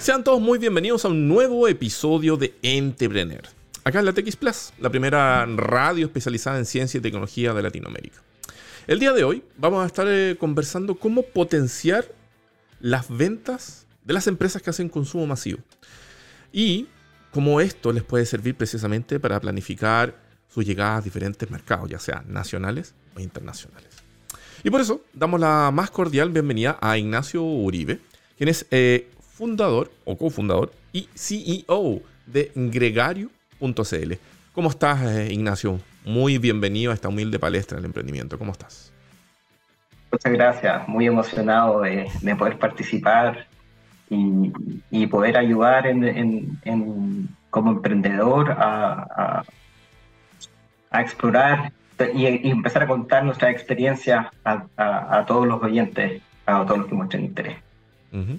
Sean todos muy bienvenidos a un nuevo episodio de Entrepreneur. Acá en la TX Plus, la primera radio especializada en ciencia y tecnología de Latinoamérica. El día de hoy vamos a estar conversando cómo potenciar las ventas de las empresas que hacen consumo masivo. Y cómo esto les puede servir precisamente para planificar su llegada a diferentes mercados, ya sean nacionales o internacionales. Y por eso damos la más cordial bienvenida a Ignacio Uribe, quien es fundador o cofundador y CEO de Gregario.cl. ¿Cómo estás, Ignacio? Muy bienvenido a esta humilde palestra del emprendimiento. ¿Cómo estás? Muchas gracias. Muy emocionado de poder participar y poder ayudar como emprendedor a explorar y empezar a contar nuestra experiencia a todos los oyentes, a todos los que muestren interés. Uh-huh.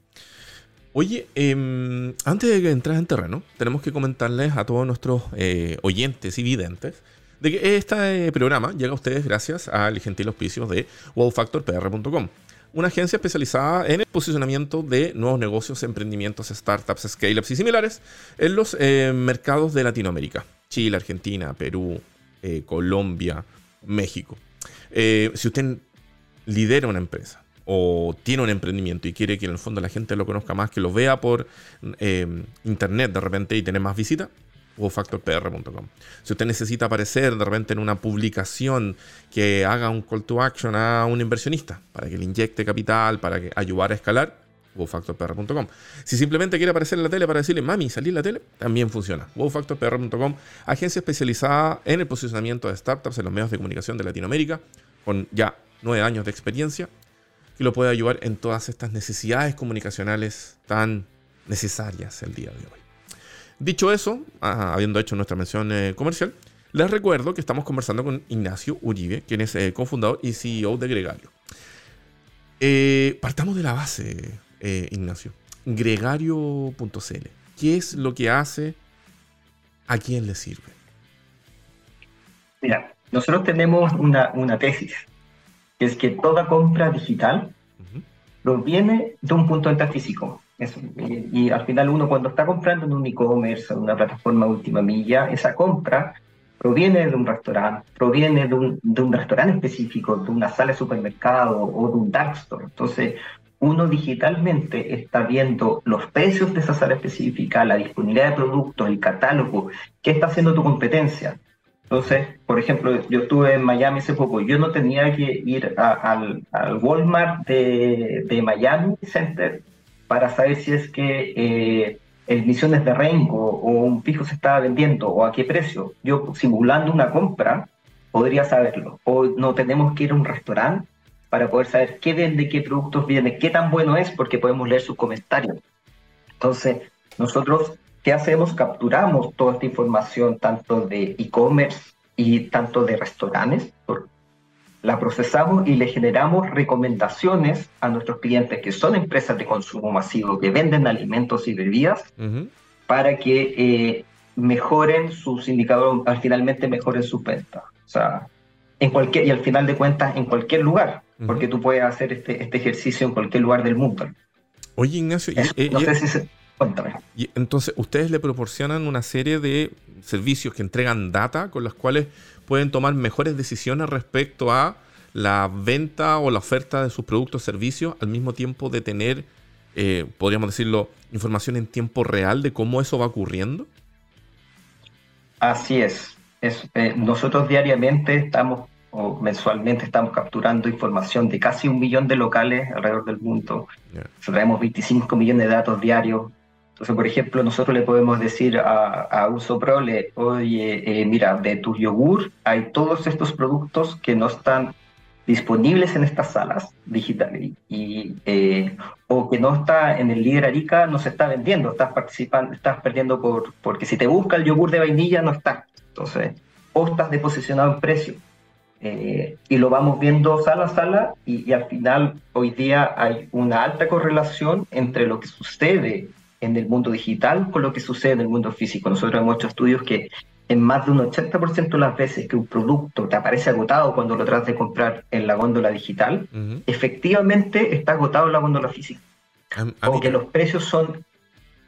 Oye, antes de entrar en terreno, tenemos que comentarles a todos nuestros oyentes y videntes de que este programa llega a ustedes gracias al gentil auspicio de wowfactorpr.com, una agencia especializada en el posicionamiento de nuevos negocios, emprendimientos, startups, scale-ups y similares en los mercados de Latinoamérica: Chile, Argentina, Perú, Colombia, México. Si usted lidera una empresa o tiene un emprendimiento y quiere que en el fondo la gente lo conozca más, que lo vea por internet de repente y tener más visitas, wowfactorpr.com. Si usted necesita aparecer de repente en una publicación que haga un call to action a un inversionista para que le inyecte capital, para que ayudar a escalar, wowfactorpr.com. Si simplemente quiere aparecer en la tele para decirle, mami, salí en la tele, también funciona. wowfactorpr.com, agencia especializada en el posicionamiento de startups en los medios de comunicación de Latinoamérica, con ya 9 años de experiencia, que lo puede ayudar en todas estas necesidades comunicacionales tan necesarias el día de hoy. Dicho eso, habiendo hecho nuestra mención comercial, les recuerdo que estamos conversando con Ignacio Uribe, quien es cofundador y CEO de Gregario. Partamos de la base, Ignacio. Gregario.cl. ¿Qué es lo que hace? ¿A quién le sirve? Mira, nosotros tenemos una tesis, que es que toda compra digital proviene de un punto de vista físico. Y al final uno, cuando está comprando en un e-commerce, en una plataforma última milla, esa compra proviene de un restaurante, proviene de un restaurante específico, de una sala de supermercado o de un dark store. Entonces, uno digitalmente está viendo los precios de esa sala específica, la disponibilidad de productos, el catálogo, qué está haciendo tu competencia. Entonces, por ejemplo, yo estuve en Miami hace poco, yo no tenía que ir al Walmart de Miami Center para saber si es que el Misiones de Rengo o un pico se estaba vendiendo o a qué precio. Yo, simulando una compra, podría saberlo. O no tenemos que ir a un restaurante para poder saber qué vende, qué productos viene, qué tan bueno es, porque podemos leer sus comentarios. Entonces, nosotros, ¿qué hacemos? Capturamos toda esta información, tanto de e-commerce y tanto de restaurantes, la procesamos y le generamos recomendaciones a nuestros clientes, que son empresas de consumo masivo, que venden alimentos y bebidas, para que mejoren sus indicadores, finalmente mejoren sus ventas. O sea, y al final de cuentas, en cualquier lugar, porque tú puedes hacer este ejercicio en cualquier lugar del mundo. Oye, Ignacio, no sé si cuéntame. Y entonces, ustedes le proporcionan una serie de servicios que entregan data con las cuales pueden tomar mejores decisiones respecto a la venta o la oferta de sus productos o servicios, al mismo tiempo de tener, podríamos decirlo, información en tiempo real de cómo eso va ocurriendo. Así es. Nosotros diariamente o mensualmente estamos capturando información de casi 1 millón de locales alrededor del mundo. Traemos 25 millones de datos diarios. Entonces, por ejemplo, nosotros le podemos decir a Usoprole, oye, mira, de tu yogur hay todos estos productos que no están disponibles en estas salas digitales o que no está en el líder Arica, no se está vendiendo, estás perdiendo porque si te busca el yogur de vainilla no está. Entonces, o estás deposicionado en precio. Y lo vamos viendo sala a sala y al final hoy día hay una alta correlación entre lo que sucede en el mundo digital con lo que sucede en el mundo físico. Nosotros hemos hecho estudios que en más de un 80% de las veces que un producto te aparece agotado cuando lo tratas de comprar en la góndola digital, efectivamente está agotado en la góndola física. O que los precios son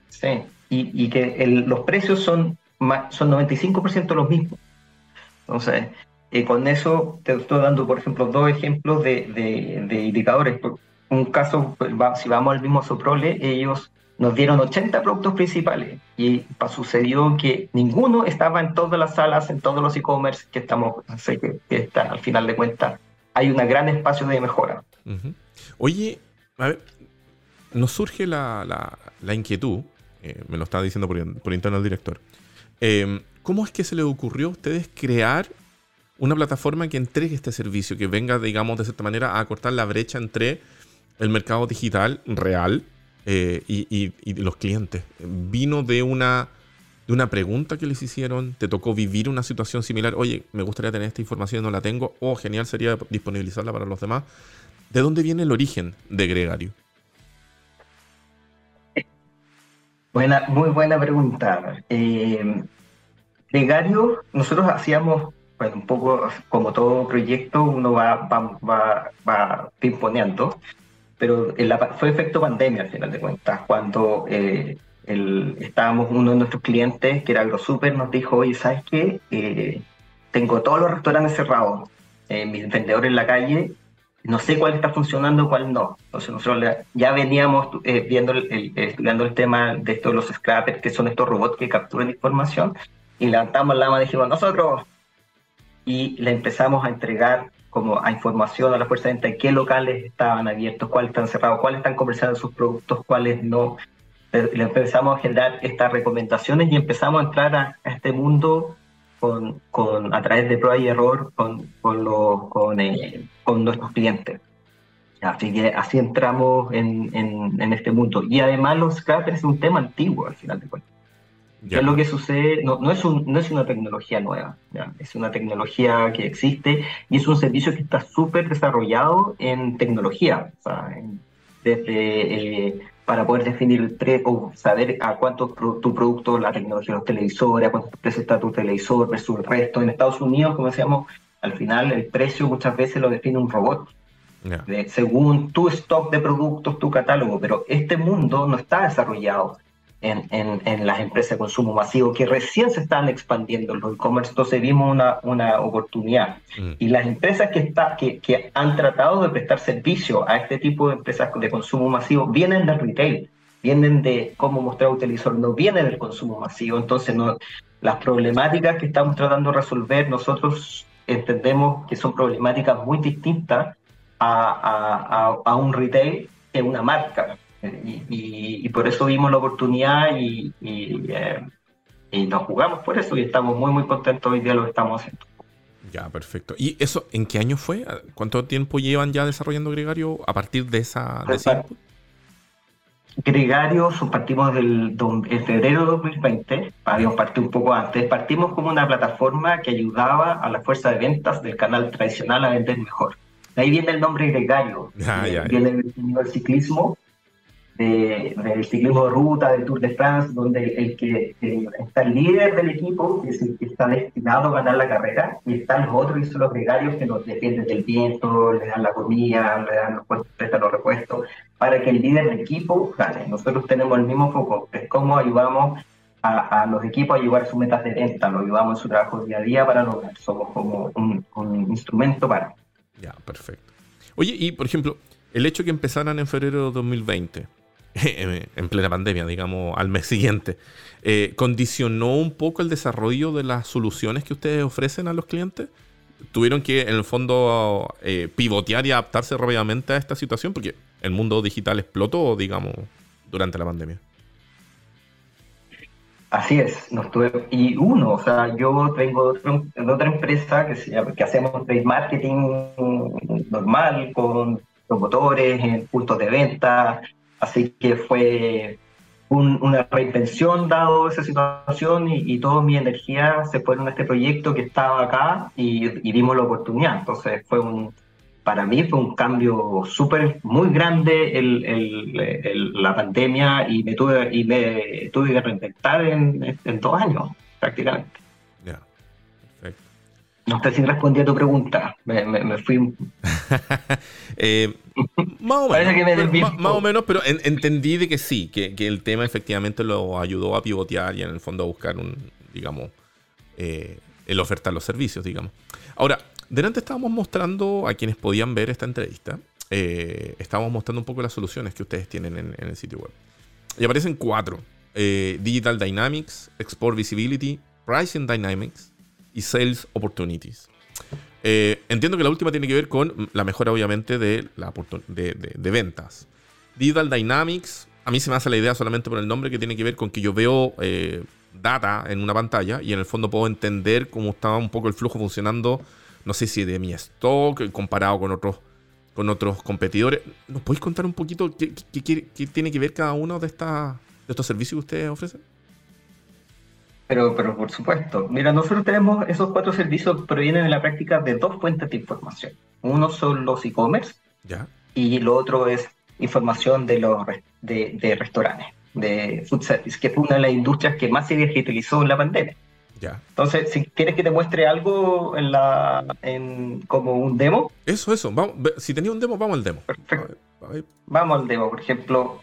Sí, y que los precios son 95% los mismos. Entonces, con eso te estoy dando, por ejemplo, dos ejemplos de indicadores. Un caso, pues, si vamos al mismo Soprole, ellos nos dieron 80 productos principales y sucedió que ninguno estaba en todas las salas, en todos los e-commerce que estamos, así que está, al final de cuentas, hay un gran espacio de mejora. Uh-huh. Oye, a ver, nos surge la inquietud, me lo estaba diciendo por interno el director. ¿Cómo es que se les ocurrió a ustedes crear una plataforma que entregue este servicio, que venga, digamos, de cierta manera a acortar la brecha entre el mercado digital real y los clientes? ¿Vino de una pregunta que les hicieron? ¿Te tocó vivir una situación similar? Oye, me gustaría tener esta información y no la tengo. O genial sería disponibilizarla para los demás. ¿De dónde viene el origen de Gregario? Muy buena pregunta. Gregario, nosotros hacíamos, bueno, un poco como todo proyecto, uno va pimponeando, pero fue efecto pandemia al final de cuentas, cuando estábamos, uno de nuestros clientes, que era AgroSuper, nos dijo, oye, ¿sabes qué? Tengo todos los restaurantes cerrados, mis vendedores en la calle, no sé cuál está funcionando, cuál no. Entonces nosotros ya veníamos estudiando el tema de estos los scrappers, que son estos robots que capturan información, y levantamos la mano y dijimos, nosotros, y le empezamos a entregar como a información a la fuerza de venta de qué locales estaban abiertos, cuáles están cerrados, cuáles están comercializando sus productos, cuáles no. Le empezamos a generar estas recomendaciones y empezamos a entrar a este mundo a través de prueba y error con nuestros clientes. Así que así entramos en este mundo. Y además los scrappers es un tema antiguo al final de cuentas. ¿Qué es lo que sucede? No es una tecnología nueva, ¿ya? Es una tecnología que existe y es un servicio que está súper desarrollado en tecnología. O sea, para poder definir el precio, saber a cuánto tu producto, la tecnología de los televisores, a cuánto precio está tu televisor versus el resto. En Estados Unidos, como decíamos, al final el precio muchas veces lo define un robot. Según tu stock de productos, tu catálogo, pero este mundo no está desarrollado en las empresas de consumo masivo que recién se están expandiendo en los e-commerce. Entonces vimos una oportunidad. Y las empresas que han tratado de prestar servicio a este tipo de empresas de consumo masivo vienen del retail, vienen de cómo mostrar un televisor, no vienen del consumo masivo. Entonces las problemáticas que estamos tratando de resolver, nosotros entendemos que son problemáticas muy distintas a un retail que una marca. Y por eso vimos la oportunidad y nos jugamos por eso y estamos muy, muy contentos hoy día lo que estamos haciendo. Ya, perfecto. ¿Y eso en qué año fue? ¿Cuánto tiempo llevan ya desarrollando Gregario a partir de ese input? Gregario partimos en febrero de 2020, habíamos partido un poco antes, partimos como una plataforma que ayudaba a la fuerza de ventas del canal tradicional a vender mejor. De ahí viene el nombre Gregario, viene del ciclismo, del ciclismo de ruta, del Tour de France, donde está el líder del equipo, que es el que está destinado a ganar la carrera, y están los otros, que son los gregarios, que nos defienden del viento, le dan la comida, prestan los repuestos, para que el líder del equipo gane. Nosotros tenemos el mismo foco, es cómo ayudamos a los equipos a llevar sus metas de venta, lo ayudamos en su trabajo día a día para lograr. Somos como un instrumento para. Ya, perfecto. Oye, y por ejemplo, el hecho que empezaran en febrero de 2020, en plena pandemia, digamos, al mes siguiente, ¿condicionó un poco el desarrollo de las soluciones que ustedes ofrecen a los clientes? ¿Tuvieron que, en el fondo, pivotear y adaptarse rápidamente a esta situación? Porque el mundo digital explotó, digamos, durante la pandemia. Así es, o sea, yo vengo de otra empresa que hacemos trade marketing normal, con promotores en puntos de venta, así que fue una reinvención dado esa situación y toda mi energía se fueron a este proyecto que estaba acá y dimos la oportunidad. Entonces para mí fue un cambio muy grande la pandemia y me tuve que reinventar en 2 años prácticamente. Ya, perfecto. No sé si respondí a tu pregunta. Me fui. Eh, Más o Parece menos, que me pero, desvié más, un más o poco. menos, pero entendí de que sí, que el tema efectivamente lo ayudó a pivotear y en el fondo a buscar digamos, el ofertar los servicios, digamos. Ahora, delante estábamos mostrando a quienes podían ver esta entrevista, estábamos mostrando un poco las soluciones que ustedes tienen en el sitio web. Y aparecen 4. Digital Dynamics, Export Visibility, Pricing Dynamics y Sales Opportunities. Entiendo que la última tiene que ver con la mejora, obviamente, de ventas. Digital Dynamics, a mí se me hace la idea solamente por el nombre, que tiene que ver con que yo veo data en una pantalla y en el fondo puedo entender cómo estaba un poco el flujo funcionando, no sé si de mi stock comparado con otros competidores. ¿Nos podéis contar un poquito qué tiene que ver cada uno de estos servicios que ustedes ofrecen? Pero por supuesto, mira, nosotros tenemos esos 4 servicios que provienen en la práctica de 2 fuentes de información. Uno son los e-commerce Ya, y lo otro es información de restaurantes, de food service, que fue una de las industrias que más se digitalizó en la pandemia. ya. Entonces, si quieres que te muestre algo como un demo, Eso. Vamos, si tenía un demo, vamos al demo. perfecto. A ver. Vamos al demo. Por ejemplo,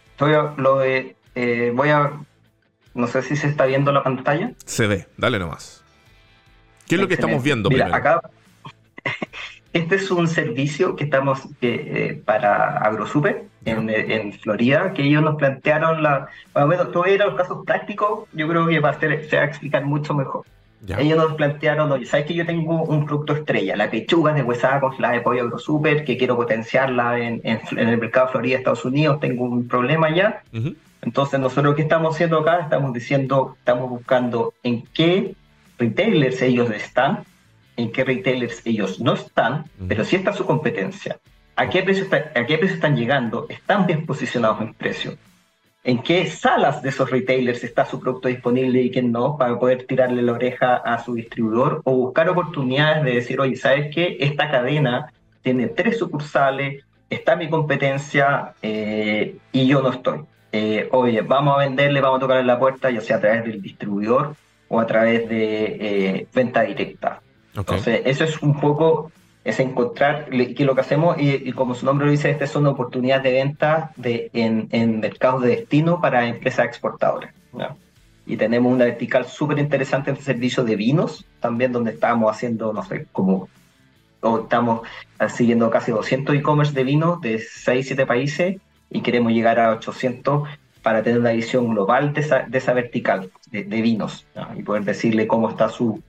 no sé si se está viendo la pantalla. Se ve, dale nomás. ¿Qué es lo que estamos Excelente. viendo Mira, primero? acá este es un servicio que estamos para AgroSuper Ya, en Florida, que ellos nos plantearon bueno, todo era los casos prácticos, yo creo que se va a explicar mucho mejor. ya. Ellos nos plantearon, oye, ¿sabes que yo tengo un producto estrella? La pechuga deshuesada congelada de pollo AgroSuper, que quiero potenciarla en el mercado de Florida, Estados Unidos, tengo un problema ya. Ujú, Entonces, nosotros, ¿qué estamos haciendo acá? Estamos buscando en qué retailers ellos están, en qué retailers ellos no están, ujú. pero sí está su competencia. ¿A Ok, qué precio están llegando? ¿Están bien posicionados en precio? ¿En qué salas de esos retailers está su producto disponible y quién no? Para poder tirarle la oreja a su distribuidor o buscar oportunidades de decir, oye, ¿sabes qué? Esta cadena tiene 3 sucursales, está mi competencia y yo no estoy. Oye, vamos a venderle, vamos a tocarle la puerta, ya sea a través del distribuidor o a través de venta directa. ok. Entonces, eso es un poco, es encontrar que lo que hacemos, y como su nombre lo dice, estas son oportunidades de venta en mercados de destino para empresas exportadoras, ¿no? Y tenemos una vertical súper interesante en el servicio de vinos, también donde estamos haciendo, no sé, o estamos siguiendo casi 200 e-commerce de vinos de 6 7 países y queremos llegar a 800 para tener una visión global de esa vertical de vinos, ¿no? Y poder decirle cómo está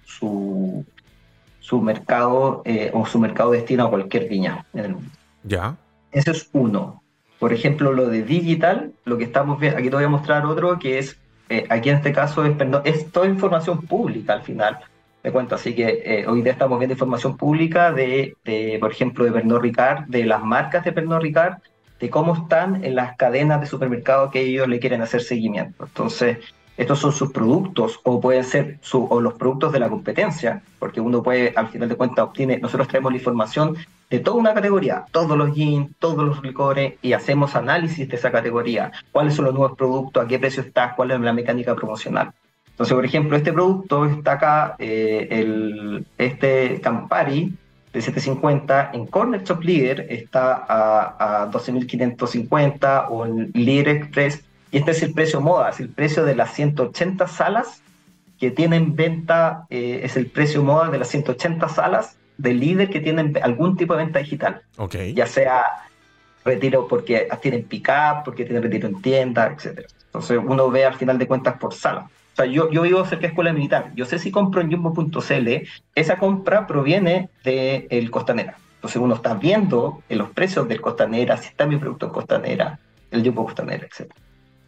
su mercado o su mercado destino a cualquier viña en el mundo. Ya. Eso es uno. Por ejemplo, lo de digital, lo que estamos viendo, aquí te voy a mostrar otro que es, aquí en este caso es toda información pública al final, te cuento, así que hoy día estamos viendo información pública por ejemplo, de Pernod Ricard, de las marcas de Pernod Ricard, de cómo están en las cadenas de supermercados que ellos le quieren hacer seguimiento. Entonces, estos son sus productos o pueden ser o los productos de la competencia, porque uno puede, al final de cuentas, nosotros traemos la información de toda una categoría, todos los gin, todos los licores, y hacemos análisis de esa categoría, cuáles son los nuevos productos, a qué precio está, cuál es la mecánica promocional. Entonces, por ejemplo, este producto está acá, este Campari de 750 en Corner Shop Leader está a 12.550 o en Líder Express, y este es el precio moda, es el precio de las 180 salas que tienen venta, es el precio moda de las 180 salas de líder que tienen algún tipo de venta digital, Ok. ya sea retiro porque tienen pick-up, porque tienen retiro en tienda, etcétera. Entonces uno ve al final de cuentas por sala. O sea, yo vivo cerca de Escuela Militar. Yo sé si compro en Jumbo.cl, esa compra proviene del Costanera. Entonces uno está viendo en los precios del Costanera, si está mi producto en Costanera, el Jumbo Costanera, etcétera.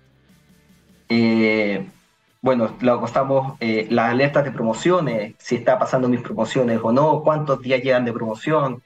Bueno, luego estamos las alertas de promociones, si está pasando mis promociones o no, cuántos días llegan de promoción,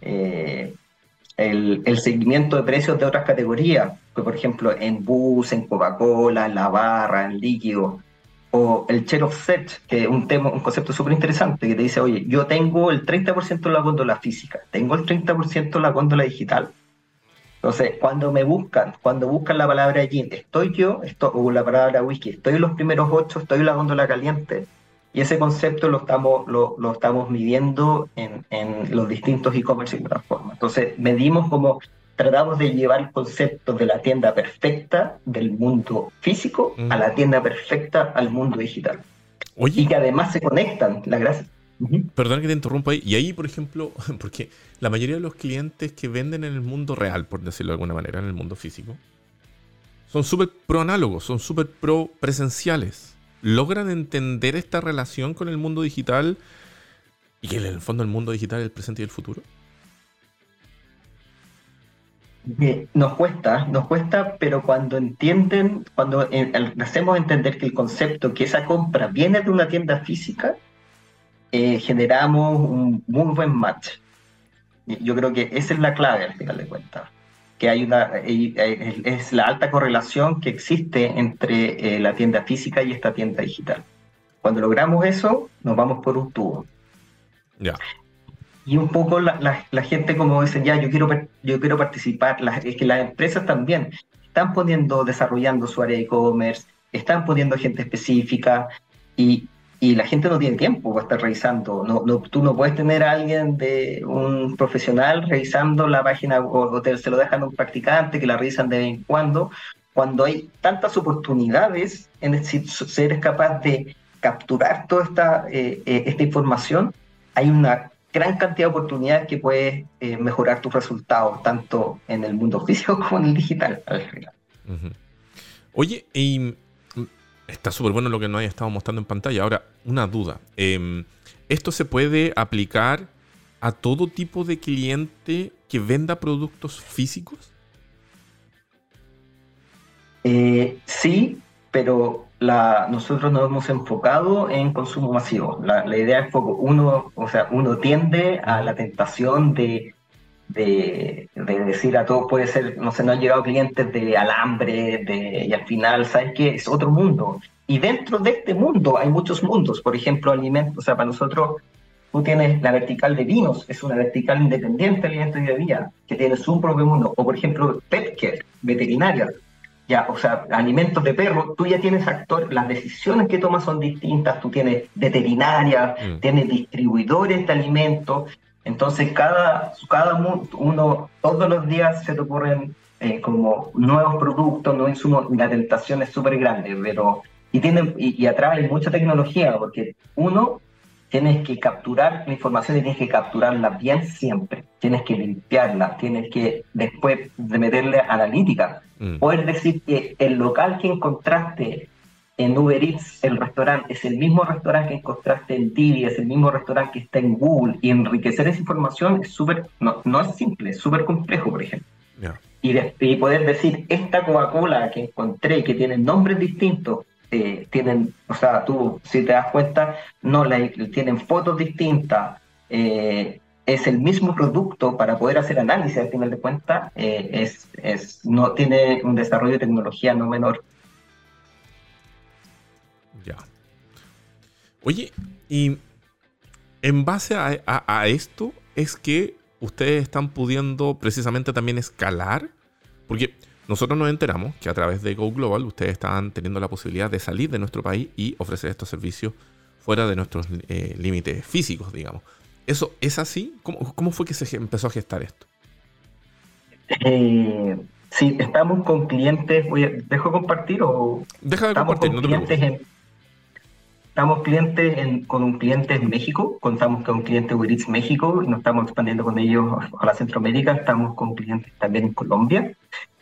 el seguimiento de precios de otras categorías, que por ejemplo en bus, en Coca-Cola, en la barra, en líquido, o el share of set, que es un concepto súper interesante, que te dice, oye, yo tengo el 30% de la góndola física, tengo el 30% de la góndola digital. Entonces, cuando buscan la palabra gin, o la palabra whisky, estoy en los primeros 8, estoy en la góndola caliente. Y ese concepto lo estamos midiendo en los distintos e-commerce y plataformas. Entonces, tratamos de llevar el concepto de la tienda perfecta del mundo físico a la tienda perfecta al mundo digital. Oye, y que además se conectan, la gracia. Perdón que te interrumpa ahí. Y ahí, por ejemplo, porque la mayoría de los clientes que venden en el mundo real, por decirlo de alguna manera, en el mundo físico, son súper pro análogos, son súper pro presenciales. ¿Logran entender esta relación con el mundo digital y que en el fondo el mundo digital es el presente y el futuro? Nos cuesta, pero cuando hacemos entender que el concepto, que esa compra viene de una tienda física, generamos un muy buen match. Yo creo que esa es la clave al final de cuentas, que es la alta correlación que existe entre la tienda física y esta tienda digital. Cuando logramos eso, nos vamos por un tubo. Ya. Y un poco la gente como dice, ya, yo quiero participar, es que las empresas también están desarrollando su área de e-commerce, están poniendo gente específica y la gente no tiene tiempo para estar revisando. Tú no puedes tener a alguien un profesional revisando la página se lo dejan a un practicante que la revisan de vez en cuando hay tantas oportunidades si eres capaz de capturar toda esta información. Hay una gran cantidad de oportunidades que puedes mejorar tus resultados, tanto en el mundo físico como en el digital. Uh-huh. Oye, y está súper bueno lo que nos haya estado mostrando en pantalla. Ahora, una duda. ¿Esto se puede aplicar a todo tipo de cliente que venda productos físicos? Sí, pero nosotros nos hemos enfocado en consumo masivo. La idea es poco. Uno tiende a la tentación de decir a todos, puede ser, no sé, no han llegado clientes de alambre, y al final, ¿sabes qué? Es otro mundo. Y dentro de este mundo hay muchos mundos. Por ejemplo, alimentos. O sea, para nosotros, tú tienes la vertical de vinos, es una vertical independiente de alimentos y bebidas, que tiene su propio mundo. O, por ejemplo, pet care, veterinaria. Ya, o sea, alimentos de perro, tú ya tienes las decisiones que tomas son distintas, tú tienes veterinarias, tienes distribuidores de alimentos, entonces todos los días se te ocurren como nuevos productos, nuevos insumos, la tentación es súper grande, y atrás hay mucha tecnología, porque tienes que capturar la información y tienes que capturarla bien siempre. Tienes que limpiarla, tienes que después de meterle analítica. Poder decir que el local que encontraste en Uber Eats, el restaurante, es el mismo restaurante que encontraste en Didi, es el mismo restaurante que está en Google, y enriquecer esa información es no es simple, es súper complejo, por ejemplo. Yeah. Y poder decir, esta Coca-Cola que encontré, que tiene nombres distintos, o sea, tú, si te das cuenta, tienen fotos distintas, es el mismo producto. Para poder hacer análisis al final de cuentas, no tiene un desarrollo de tecnología no menor. Ya. Oye, y en base a esto es que ustedes están pudiendo precisamente también escalar, porque nosotros nos enteramos que a través de Go Global ustedes estaban teniendo la posibilidad de salir de nuestro país y ofrecer estos servicios fuera de nuestros límites físicos, digamos. ¿Eso es así? ¿Cómo fue que se empezó a gestar esto? Sí, estamos con clientes. ¿Dejo compartir o...? Deja de compartir, no te preocupes. Estamos con un cliente en México, contamos con un cliente Uber Eats México, y nos estamos expandiendo con ellos a la Centroamérica. Estamos con clientes también en Colombia.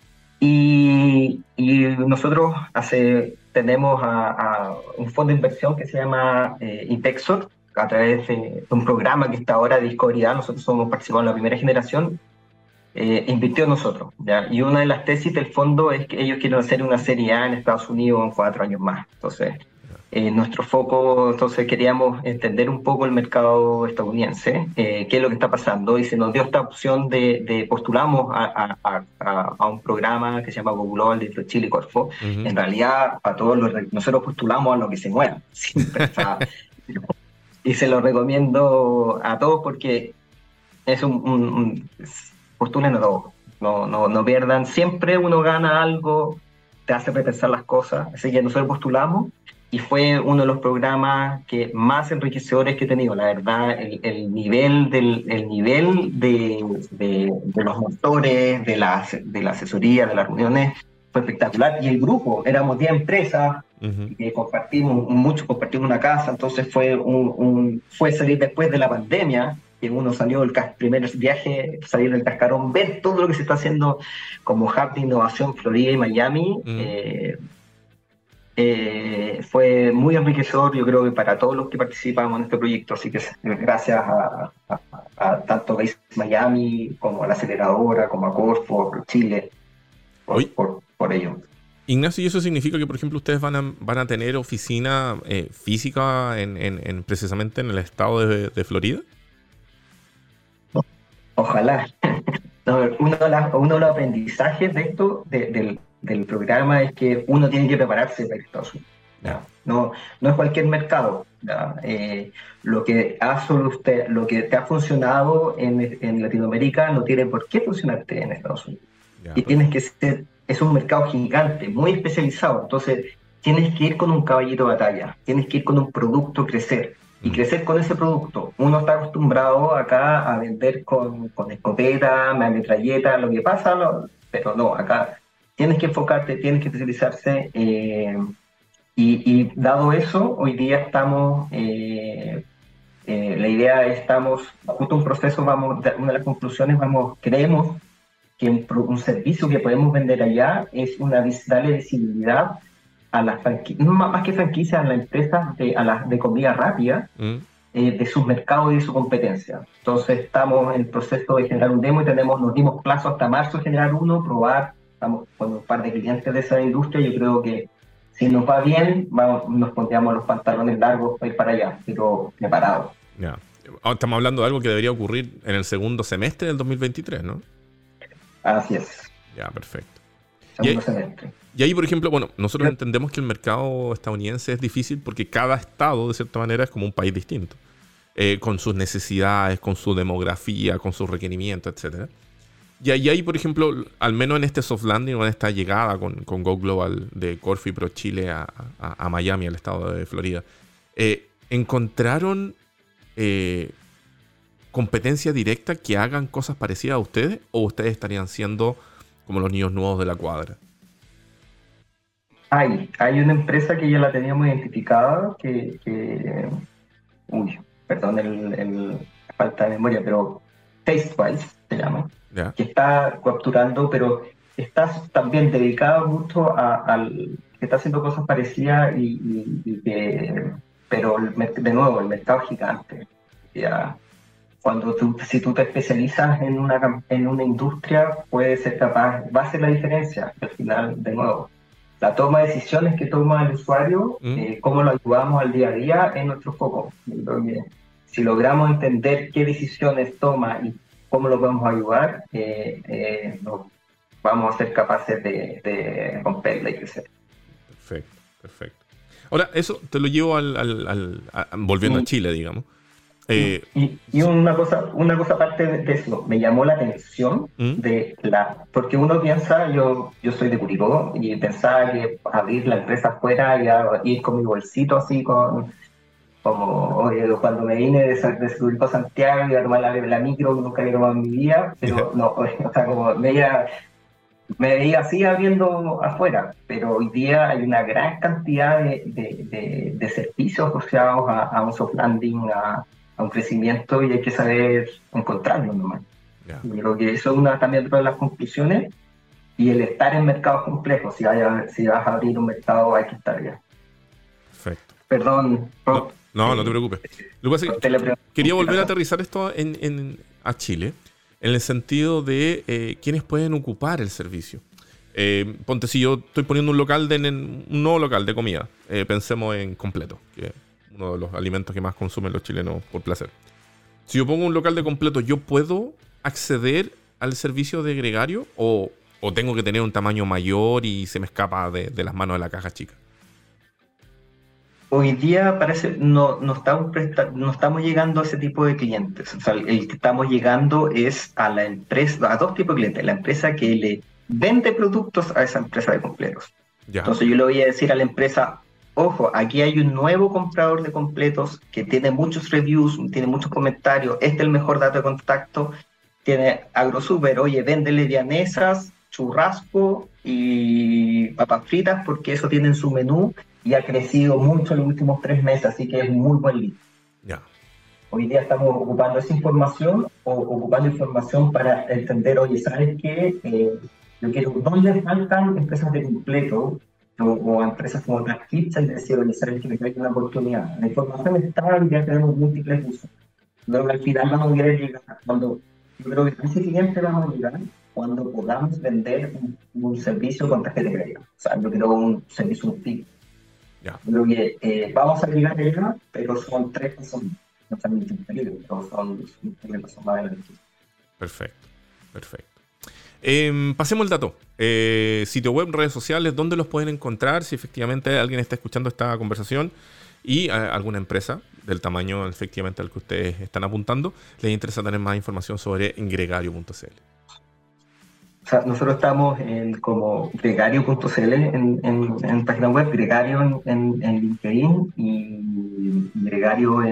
Y nosotros tenemos a un fondo de inversión que se llama Intexor, a través de un programa que está ahora de Discovery. Nosotros participamos en la primera generación, invirtió en nosotros, ¿ya? Y una de las tesis del fondo es que ellos quieren hacer una serie A en Estados Unidos en 4 años más. Entonces, nuestro foco, queríamos entender un poco el mercado estadounidense, qué es lo que está pasando, y se nos dio esta opción de postulamos a un programa que se llama Go Global de Chile y Corfo. Uh-huh. En realidad, nosotros postulamos a lo que se mueva, siempre. Y se lo recomiendo a todos porque es postulen a todos, no pierdan, siempre uno gana algo, te hace repensar las cosas. Así que nosotros postulamos y fue uno de los programas que más enriquecedores que he tenido. La verdad, el nivel, de los motores, de la asesoría, de las reuniones, fue espectacular. Y el grupo, éramos 10 empresas, que compartimos una casa, entonces fue salir después de la pandemia, que uno salió del primer viaje, salir del cascarón, ver todo lo que se está haciendo como hub de innovación Florida y Miami. Fue muy enriquecedor, yo creo que para todos los que participamos en este proyecto, así que gracias a tanto Base Miami como a la aceleradora, como a Corfo, Chile, por ello. Ignacio, ¿y eso significa que, por ejemplo, ustedes van a tener oficina física precisamente en el estado de Florida? Ojalá. No, uno de los aprendizajes de esto, del programa, es que uno tiene que prepararse para Estados Unidos. No es cualquier mercado. Lo que te ha funcionado en Latinoamérica no tiene por qué funcionarte en Estados Unidos. Y tienes que es un mercado gigante, muy especializado. Entonces, tienes que ir con un caballito de batalla, tienes que ir con un producto, crecer. Y crecer con ese producto. Uno está acostumbrado acá a vender con escopeta, metralleta, lo que pasa, pero no, acá tienes que enfocarte, tienes que especializarse. Y dado eso, hoy día estamos, la idea estamos, justo un proceso, una de las conclusiones, creemos que un servicio que podemos vender allá es darle visibilidad a las franquicias, más que franquicias, a las empresas de comida rápida, de sus mercados y de su competencia. Entonces estamos en el proceso de generar un demo y nos dimos plazo hasta marzo de generar uno, probar. Estamos con un par de clientes de esa industria. Yo creo que si nos va bien, nos pondríamos los pantalones largos para ir para allá, pero preparados. Yeah. Estamos hablando de algo que debería ocurrir en el segundo semestre del 2023, ¿no? Así es. Ya, perfecto. Segundo semestre. Y ahí, por ejemplo, bueno, nosotros entendemos que el mercado estadounidense es difícil porque cada estado, de cierta manera, es como un país distinto, con sus necesidades, con su demografía, con sus requerimientos, etc. Y ahí, por ejemplo, al menos en este soft landing o en esta llegada con Go Global de Corfo y Pro Chile a Miami, al estado de Florida, ¿encontraron competencia directa que hagan cosas parecidas a ustedes o ustedes estarían siendo como los niños nuevos de la cuadra? Hay una empresa que ya la teníamos identificada, perdón la falta de memoria, pero TasteWise se llama, que está capturando, pero está también dedicado mucho que está haciendo cosas parecidas pero de nuevo, el mercado es gigante. Si tú te especializas en una industria, puedes ser capaz, va a ser la diferencia. Al final, de nuevo, la toma de decisiones que toma el usuario, cómo lo ayudamos al día a día, es nuestro foco. Yo creo que si logramos entender qué decisiones toma y cómo lo podemos ayudar, vamos a ser capaces de romperla y crecer. Perfecto. Ahora, eso te lo llevo volviendo a Chile, digamos. Y una cosa aparte de eso, me llamó la atención porque uno piensa, yo soy de Curicó y pensaba que abrir la empresa afuera y ir con mi bolsito así cuando me vine de Curicó a Santiago y a tomar la micro que nunca había tomado en mi vida, pero no, o sea, como me veía así abriendo afuera, pero hoy día hay una gran cantidad de servicios asociados a un soft landing, a un crecimiento, y hay que saber encontrarlo nomás. Yo creo que eso es también de las conclusiones, y el estar en mercados complejos. Si vas a abrir un mercado, hay que estar allá. Perfecto. Perdón. No te preocupes. Lo que pasa es que quería volver a aterrizar esto a Chile, en el sentido de quiénes pueden ocupar el servicio. Ponte, si yo estoy poniendo un nuevo local de comida, pensemos en Completo, que es uno de los alimentos que más consumen los chilenos por placer. Si yo pongo un local de Completo, ¿yo puedo acceder al servicio de gregario o tengo que tener un tamaño mayor y se me escapa de las manos de la caja chica? Hoy día parece no estamos llegando a ese tipo de clientes. O sea, el que estamos llegando es a dos tipos de clientes. La empresa que le vende productos a esa empresa de completos. Ya. Entonces yo le voy a decir a la empresa, ojo, aquí hay un nuevo comprador de completos que tiene muchos reviews, tiene muchos comentarios, este es el mejor dato de contacto, tiene AgroSuper, oye, véndele vianesas, churrasco y papas fritas porque eso tiene en su menú y ha crecido mucho en los últimos 3 meses, así que es un muy buen lead. Ya. Hoy día estamos ocupando esa información o ocupando información para entender, oye, ¿sabes qué? Yo quiero, ¿dónde faltan empresas de completo o empresas como Trackpizza y decir, oye, ¿sabes qué? Me trae una oportunidad. La información está y ya tenemos múltiples usos. Luego al final vamos a querer llegar yo creo que a ese cliente vamos a llegar cuando podamos vender un servicio con tarjeta de crédito. O sea, yo quiero un servicio, un PIB. Ya. Creo que vamos a llegar allá, pero son 3 cosas, no son muchos peligros, pero son 3 cosas más adelante. Perfecto, perfecto. Pasemos el dato. Sitio web, redes sociales, ¿dónde los pueden encontrar? Si efectivamente alguien está escuchando esta conversación y alguna empresa del tamaño efectivamente al que ustedes están apuntando, les interesa tener más información sobre gregario.cl. O sea, nosotros estamos como gregario.cl en página web, gregario en LinkedIn y gregario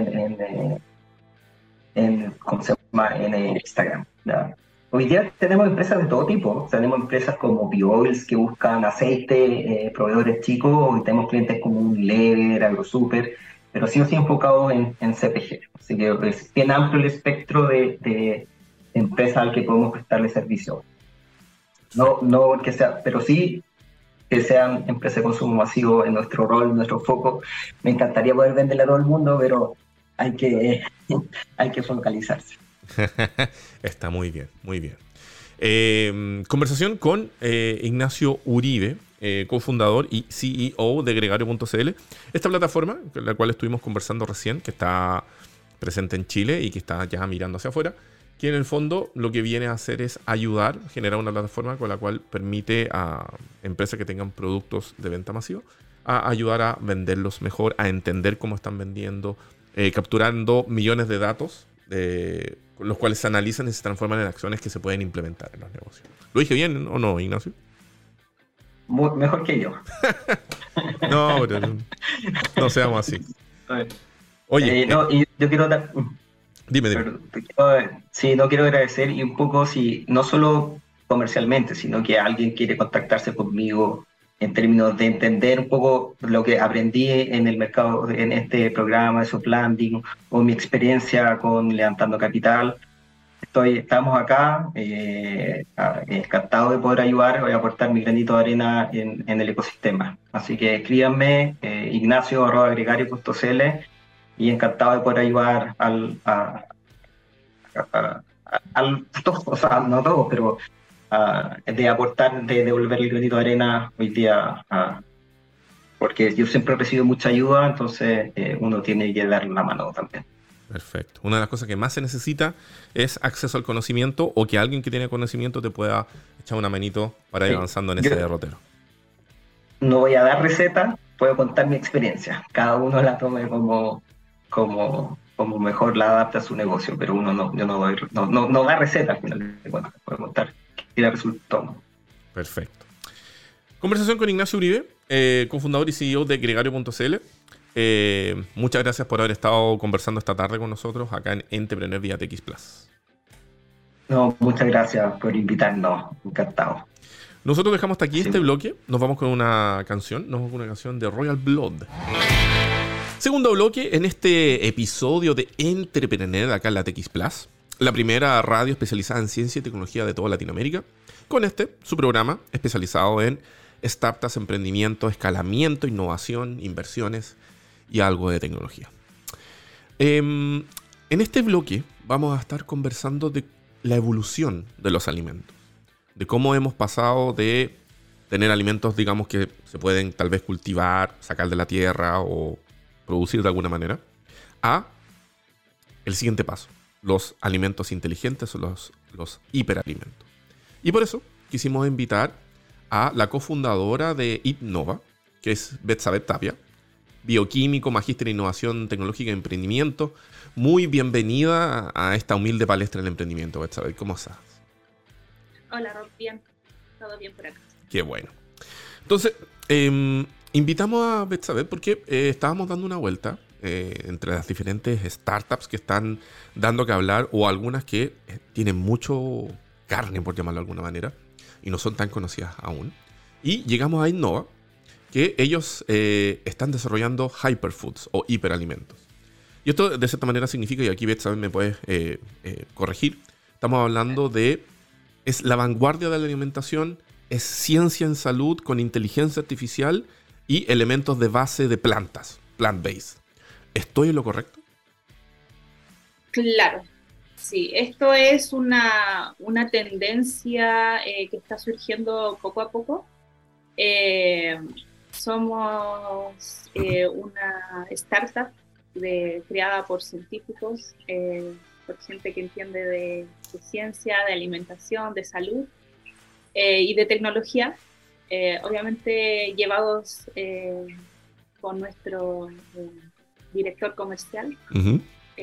¿cómo se llama? En Instagram. ¿Ya? Hoy día tenemos empresas de todo tipo. Tenemos empresas como Bioils que buscan aceite, proveedores chicos. Hoy tenemos clientes como Unilever, AgroSuper, pero sí o sí enfocados en CPG. Así que es bien amplio el espectro de empresas al que podemos prestarle servicio. No que sea, pero sí que sean empresas de consumo masivo en nuestro rol, en nuestro foco. Me encantaría poder venderle a todo el mundo, pero hay que, hay que focalizarse. Está muy bien, muy bien. Conversación con Ignacio Uribe, cofundador y CEO de gregario.cl. Esta plataforma, con la cual estuvimos conversando recién, que está presente en Chile y que está ya mirando hacia afuera, que en el fondo lo que viene a hacer es ayudar, generar una plataforma con la cual permite a empresas que tengan productos de venta masiva a ayudar a venderlos mejor, a entender cómo están vendiendo, capturando millones de datos, los cuales se analizan y se transforman en acciones que se pueden implementar en los negocios. ¿Lo dije bien o no, Ignacio? Mejor que yo. No, pero no seamos así. Oye, no, y yo quiero dar... dime. Perdón, sí, no quiero agradecer y un poco, si no solo comercialmente, sino que alguien quiere contactarse conmigo en términos de entender un poco lo que aprendí en el mercado, en este programa de soft landing o mi experiencia con Levantando Capital. Estamos acá, encantado de poder ayudar, voy a aportar mi granito de arena en el ecosistema. Así que escríbanme, ignacio@gregario.cl y encantado de poder ayudar a todos, o sea, no a todos, pero de aportar, de devolver el granito de arena hoy día, porque yo siempre he recibido mucha ayuda, entonces uno tiene que dar la mano también. Perfecto. Una de las cosas que más se necesita es acceso al conocimiento o que alguien que tiene conocimiento te pueda echar una manito para ir avanzando en ese derrotero. No voy a dar receta, puedo contar mi experiencia. Cada uno la tome como mejor la adapta a su negocio, pero yo no da receta al final de cuentas, puedo contar qué le resultó. Perfecto. Conversación con Ignacio Uribe, cofundador y CEO de gregario.cl. Muchas gracias por haber estado conversando esta tarde con nosotros acá en Entrepreneur vía TX Plus. No, muchas gracias por invitarnos, encantado. Nosotros dejamos hasta aquí este bloque, nos vamos con una canción, de Royal Blood. Segundo bloque en este episodio de Entrepreneur acá en la TX Plus, la primera radio especializada en ciencia y tecnología de toda Latinoamérica, con su programa especializado en startups, emprendimiento, escalamiento, innovación, inversiones y algo de tecnología. En este bloque vamos a estar conversando de la evolución de los alimentos, de cómo hemos pasado de tener alimentos, digamos, que se pueden tal vez cultivar, sacar de la tierra o producir de alguna manera, a el siguiente paso, los alimentos inteligentes o los hiperalimentos. Y por eso quisimos invitar a la cofundadora de Innova, que es Betsabeth Tapia, bioquímico, magíster en innovación tecnológica y emprendimiento. Muy bienvenida a esta humilde palestra del emprendimiento, Betsabeth. ¿Cómo estás? Hola, Rob. Bien. Todo bien por acá. Qué bueno. Entonces, Invitamos a Betsabe porque estábamos dando una vuelta entre las diferentes startups que están dando que hablar o algunas que tienen mucho carne, por llamarlo de alguna manera, y no son tan conocidas aún. Y llegamos a Innova, que ellos están desarrollando hyperfoods o hiperalimentos. Y esto de cierta manera significa, y aquí Betsabe me puedes corregir, estamos hablando de, es la vanguardia de la alimentación, es ciencia en salud con inteligencia artificial y elementos de base de plantas, plant-based. ¿Estoy en lo correcto? Claro, sí. Esto es una tendencia que está surgiendo poco a poco. Somos una startup creada por científicos, por gente que entiende de ciencia, de alimentación, de salud y de tecnología, obviamente llevados con nuestro director comercial. Uh-huh.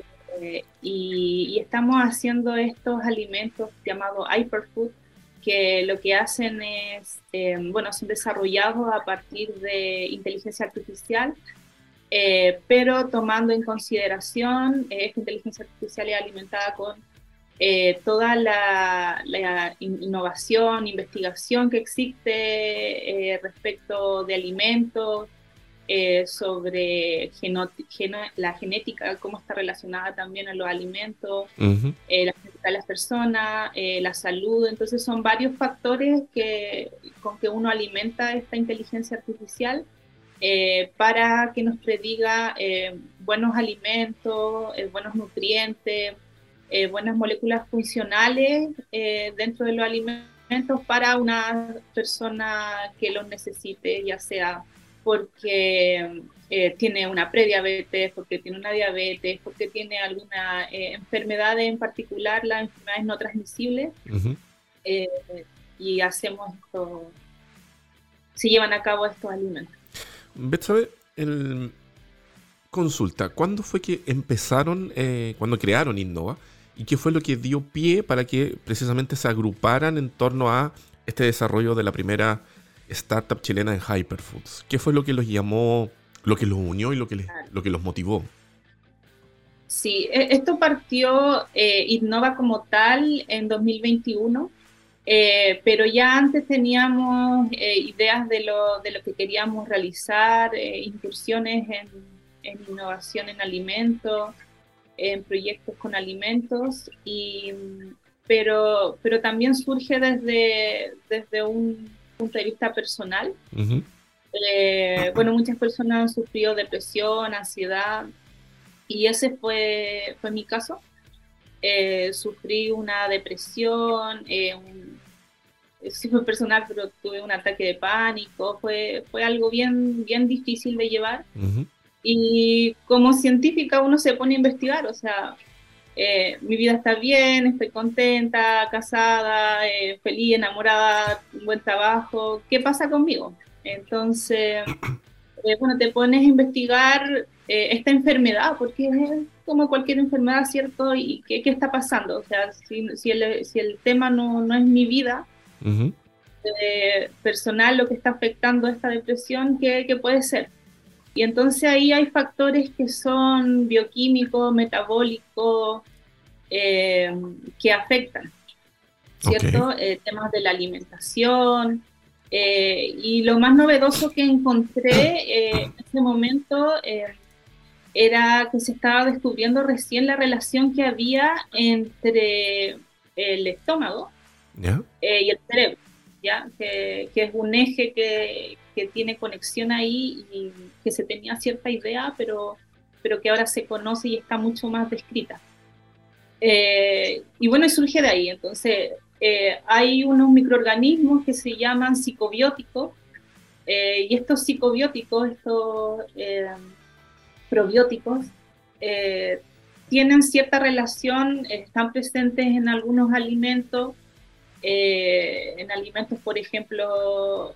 Y estamos haciendo estos alimentos llamados hyperfood, que lo que hacen es, son desarrollados a partir de inteligencia artificial, pero tomando en consideración esta inteligencia artificial es alimentada con toda la innovación, investigación que existe respecto de alimentos, sobre la genética, cómo está relacionada también a los alimentos, Uh-huh. la genética de las personas, la salud. Entonces son varios factores con que uno alimenta esta inteligencia artificial para que nos prediga buenos alimentos, buenos nutrientes, buenas moléculas funcionales dentro de los alimentos para una persona que los necesite, ya sea porque tiene una prediabetes, porque tiene una diabetes, porque tiene alguna enfermedad en particular, las enfermedades no transmisibles, Uh-huh. y hacemos esto, se llevan a cabo estos alimentos. Betsabe, consulta, ¿cuándo fue que empezaron, cuando crearon Innova? ¿Y qué fue lo que dio pie para que precisamente se agruparan en torno a este desarrollo de la primera startup chilena en hyperfoods? ¿Qué fue lo que los llamó, lo que los unió y lo que los motivó? Sí, esto partió Innova como tal en 2021, pero ya antes teníamos ideas de lo que queríamos realizar, incursiones en innovación en alimentos, en proyectos con alimentos, pero también surge desde un punto de vista personal. Uh-huh. Muchas personas han sufrido depresión, ansiedad, y ese fue mi caso. Sufrí una depresión, sí fue personal, pero tuve un ataque de pánico, fue algo bien difícil de llevar. Uh-huh. Y como científica uno se pone a investigar, o sea, mi vida está bien, estoy contenta, casada, feliz, enamorada, buen trabajo, ¿qué pasa conmigo? Entonces, te pones a investigar esta enfermedad, porque es como cualquier enfermedad, ¿cierto? ¿Y qué está pasando? O sea, si el tema no es mi vida Uh-huh. personal, lo que está afectando esta depresión, ¿qué puede ser? Y entonces ahí hay factores que son bioquímicos, metabólicos, que afectan, ¿cierto? Okay. Temas de la alimentación. Y lo más novedoso que encontré en ese momento era que se estaba descubriendo recién la relación que había entre el estómago Yeah. y el cerebro, ¿ya? Que es un eje que tiene conexión ahí y que se tenía cierta idea, pero que ahora se conoce y está mucho más descrita. Y surge de ahí. Entonces, hay unos microorganismos que se llaman psicobióticos, y estos psicobióticos, estos probióticos, tienen cierta relación, están presentes en algunos alimentos, por ejemplo,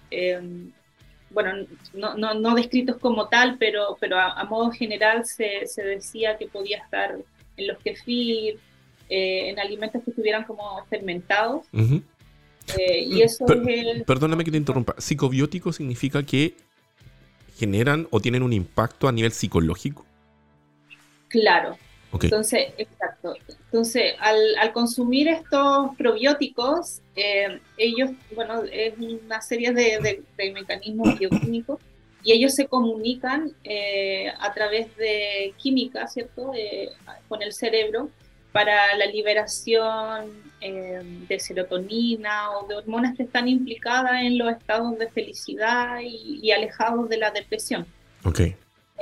no descritos como tal, pero a modo general se decía que podía estar en los kefir, en alimentos que estuvieran como fermentados. Uh-huh. Y eso es... Perdóname que te interrumpa. ¿Psicobiótico significa que generan o tienen un impacto a nivel psicológico? Claro. Okay. Entonces, exacto. Entonces, al consumir estos probióticos, ellos, bueno, es una serie de mecanismos bioquímicos y ellos se comunican a través de química, ¿cierto? Con el cerebro para la liberación de serotonina o de hormonas que están implicadas en los estados de felicidad y alejados de la depresión. Okay.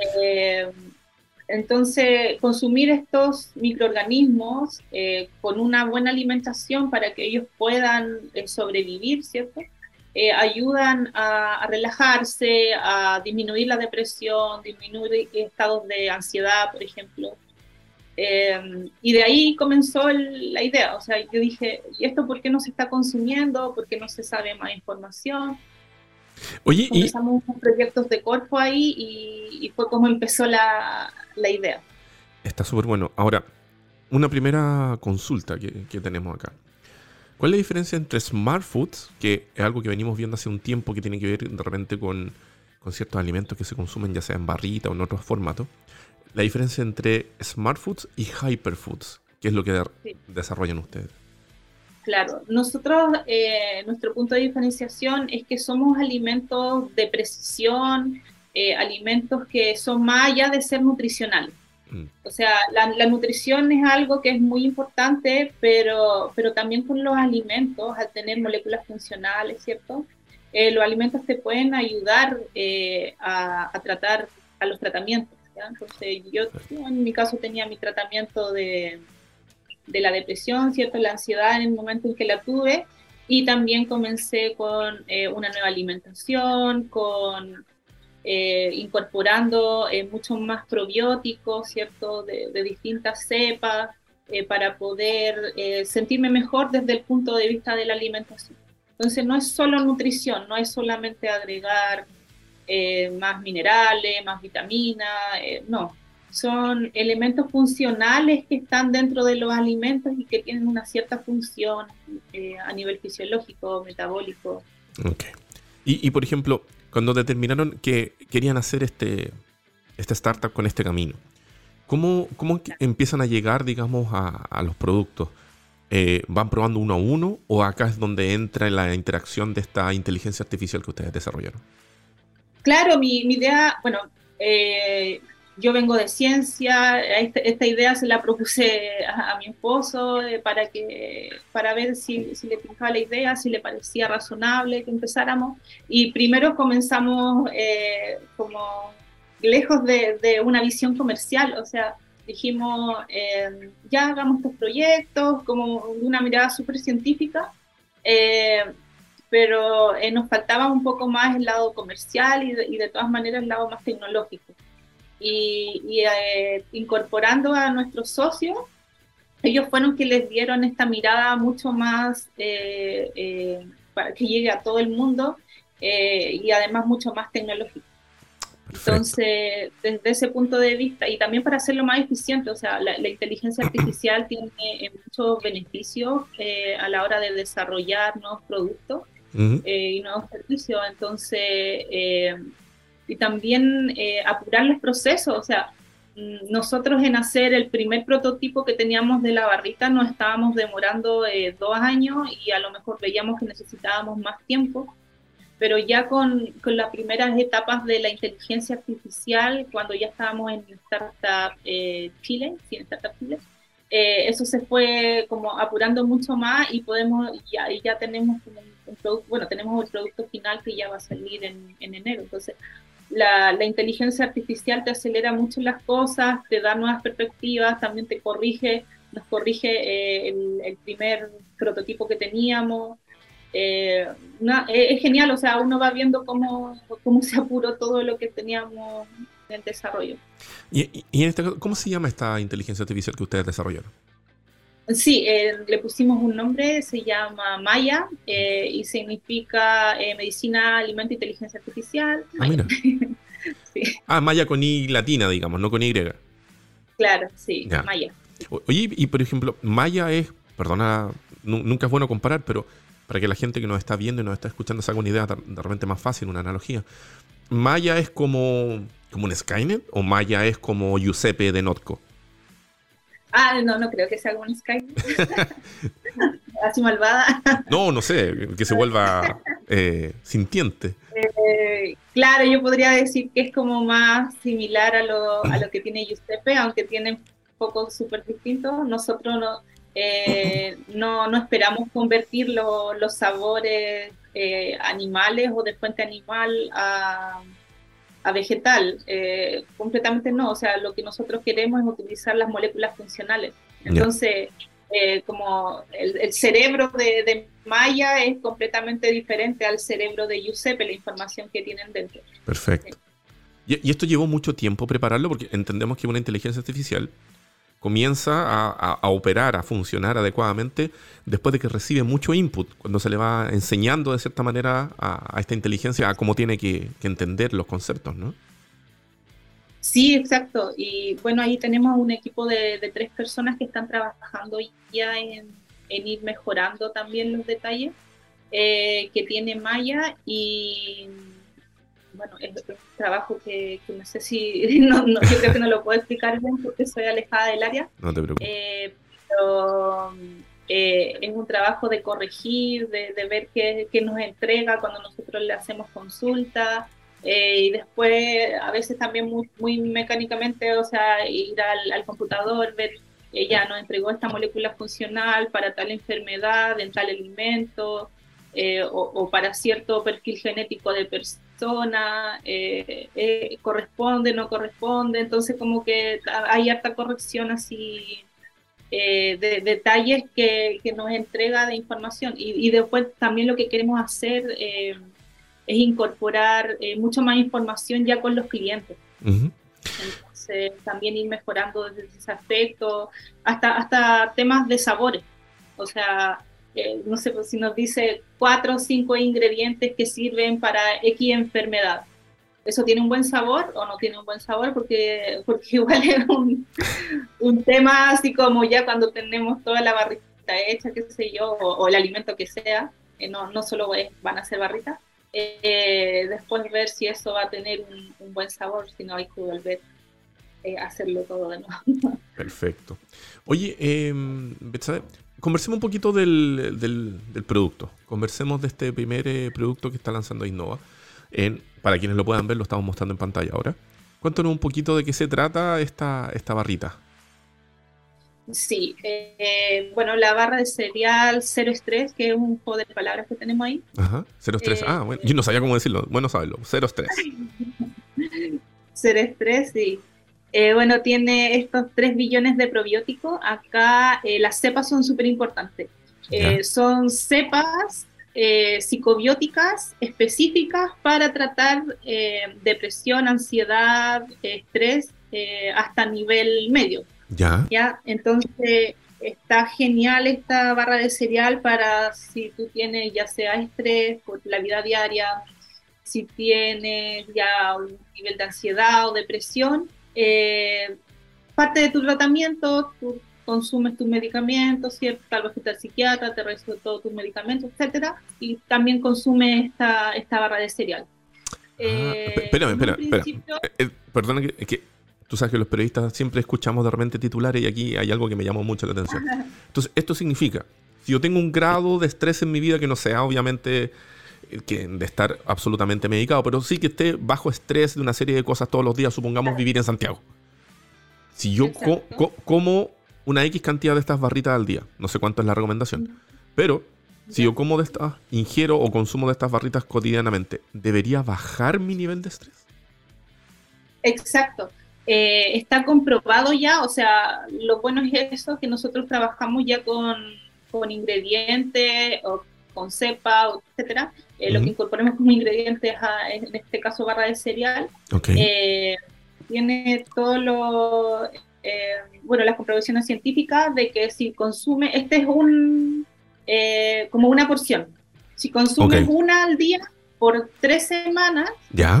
Entonces, consumir estos microorganismos con una buena alimentación para que ellos puedan sobrevivir, ¿cierto? Ayudan a relajarse, a disminuir la depresión, disminuir estados de ansiedad, por ejemplo. Y de ahí comenzó la idea. O sea, yo dije, ¿y esto por qué no se está consumiendo? ¿Por qué no se sabe más información? Oye, comenzamos unos proyectos de cuerpo ahí y fue como empezó la idea. Está súper bueno. Ahora, una primera consulta que tenemos acá. ¿Cuál es la diferencia entre Smart Foods, que es algo que venimos viendo hace un tiempo que tiene que ver de repente con ciertos alimentos que se consumen ya sea en barrita o en otros formatos? La diferencia entre Smart Foods y Hyperfoods, que es lo que desarrollan ustedes. Claro, nosotros, nuestro punto de diferenciación es que somos alimentos de precisión, alimentos que son más allá de ser nutricionales. O sea, la nutrición es algo que es muy importante, pero también con los alimentos, al tener moléculas funcionales, ¿cierto? Los alimentos te pueden ayudar a tratar a los tratamientos, ¿ya? Entonces, yo en mi caso tenía mi tratamiento de la depresión, ¿cierto? La ansiedad en el momento en que la tuve, y también comencé con una nueva alimentación, con incorporando muchos más probióticos, ¿cierto? De distintas cepas, para poder sentirme mejor desde el punto de vista de la alimentación. Entonces no es solo nutrición, no es solamente agregar más minerales, más vitaminas, no. Son elementos funcionales que están dentro de los alimentos y que tienen una cierta función a nivel fisiológico, metabólico. Okay. Y por ejemplo, cuando determinaron que querían hacer esta startup con este camino, ¿cómo empiezan a llegar, digamos, a los productos? ¿Van probando uno a uno o acá es donde entra la interacción de esta inteligencia artificial que ustedes desarrollaron? Claro, mi idea, bueno, yo vengo de ciencia, esta idea se la propuse a mi esposo para ver si le pintaba la idea, si le parecía razonable que empezáramos. Y primero comenzamos como lejos de una visión comercial, o sea, dijimos, ya hagamos estos proyectos, como una mirada súper científica, pero nos faltaba un poco más el lado comercial y de todas maneras el lado más tecnológico. Y incorporando a nuestros socios, ellos fueron que les dieron esta mirada mucho más para que llegue a todo el mundo y además mucho más tecnológico. Perfecto. Entonces, desde ese punto de vista, y también para hacerlo más eficiente, o sea, la inteligencia artificial tiene muchos beneficios a la hora de desarrollar nuevos productos y nuevos servicios. Entonces, y también apurar los procesos, o sea, nosotros en hacer el primer prototipo que teníamos de la barrita nos estábamos demorando 2 años y a lo mejor veíamos que necesitábamos más tiempo, pero ya con las primeras etapas de la inteligencia artificial, cuando ya estábamos en Startup Chile, eso se fue como apurando mucho más y ya tenemos un producto, bueno, tenemos el producto final que ya va a salir en enero. Entonces, la inteligencia artificial te acelera mucho las cosas, te da nuevas perspectivas, también nos corrige el primer prototipo que teníamos. Es genial, o sea, uno va viendo cómo se apuró todo lo que teníamos en el desarrollo. Y en este caso, ¿cómo se llama esta inteligencia artificial que ustedes desarrollaron? Sí, le pusimos un nombre, se llama Maya, y significa medicina, alimento, inteligencia artificial. Mira. Sí. Maya con I latina, digamos, no con Y. Claro, sí, ya. Maya. Oye, y por ejemplo, Maya es, perdona, nunca es bueno comparar, pero para que la gente que nos está viendo y nos está escuchando se haga una idea de repente más fácil, una analogía. ¿Maya es como un Skynet o Maya es como Giuseppe de Notco? No creo que sea algún Skype. Así malvada. No sé, que se vuelva sintiente. Claro, yo podría decir que es como más similar a lo que tiene Giuseppe, aunque tienen focos súper distintos. Nosotros no esperamos convertir los sabores animales o de fuente animal a vegetal, completamente no, o sea, lo que nosotros queremos es utilizar las moléculas funcionales. Entonces, como el cerebro de Maya es completamente diferente al cerebro de Giuseppe, la información que tienen dentro. Perfecto. Y esto llevó mucho tiempo prepararlo, porque entendemos que una inteligencia artificial comienza a operar, a funcionar adecuadamente después de que recibe mucho input, cuando se le va enseñando de cierta manera a esta inteligencia a cómo tiene que entender los conceptos, ¿no? Sí, exacto. Y bueno, ahí tenemos un equipo de 3 personas que están trabajando ya en ir mejorando también los detalles que tiene Maya. Y bueno, es un trabajo que no sé si, yo creo que no lo puedo explicar bien porque soy alejada del área. No te preocupes. Pero es un trabajo de corregir, de ver qué nos entrega cuando nosotros le hacemos consulta. Y después a veces también muy mecánicamente, o sea, ir al computador, ver, ella nos entregó esta molécula funcional para tal enfermedad, en tal alimento, o para cierto perfil genético de persona, corresponde, no corresponde, entonces como que hay harta corrección así, de detalles que nos entrega de información, y después también lo que queremos hacer es incorporar mucho más información ya con los clientes. Uh-huh. Entonces, también ir mejorando desde ese aspecto, hasta temas de sabores. O sea, no sé si nos dice 4 o 5 ingredientes que sirven para X enfermedad. ¿Eso tiene un buen sabor o no tiene un buen sabor? Porque igual es un tema así como ya cuando tenemos toda la barrita hecha, qué sé yo, o el alimento que sea, no solo van a ser barritas. Después ver si eso va a tener un buen sabor, si no hay que volver a hacerlo todo de nuevo. Perfecto. Oye, Betsabe, conversemos un poquito del producto. Conversemos de este primer producto que está lanzando Innova. Para quienes lo puedan ver, lo estamos mostrando en pantalla ahora. Cuéntanos un poquito de qué se trata esta barrita. Sí, bueno, la barra de cereal Cero Estrés, que es un juego de palabras que tenemos ahí. Ajá, Cero Estrés. Bueno, yo no sabía cómo decirlo. Bueno saberlo. Cero Estrés. Cero Estrés, sí. Bueno, tiene estos 3 billones de probióticos. Acá las cepas son súper importantes. Son cepas psicobióticas específicas para tratar depresión, ansiedad, estrés hasta nivel medio. ¿Ya? Entonces está genial esta barra de cereal para si tú tienes ya sea estrés por la vida diaria, si tienes ya un nivel de ansiedad o depresión, parte de tu tratamiento, tú consumes tus medicamentos, ¿cierto? Tal vez el psiquiatra te receta todos tus medicamentos, etcétera, y también consume esta barra de cereal. Espera. Perdona que tú sabes que los periodistas siempre escuchamos de repente titulares y aquí hay algo que me llamó mucho la atención. Entonces, esto significa, si yo tengo un grado de estrés en mi vida que no sea obviamente de estar absolutamente medicado, pero sí que esté bajo estrés de una serie de cosas todos los días, supongamos vivir en Santiago. Si yo como una X cantidad de estas barritas al día, no sé cuánto es la recomendación, pero si yo como de estas, ingiero o consumo de estas barritas cotidianamente, ¿debería bajar mi nivel de estrés? Exacto. Está comprobado ya, o sea, lo bueno es eso, que nosotros trabajamos ya con ingredientes o con cepa, etcétera, lo que incorporemos como ingredientes en este caso barra de cereal. Tiene todo lo, las comprobaciones científicas de que si consume, este es como una porción, si consumes una al día por 3 semanas,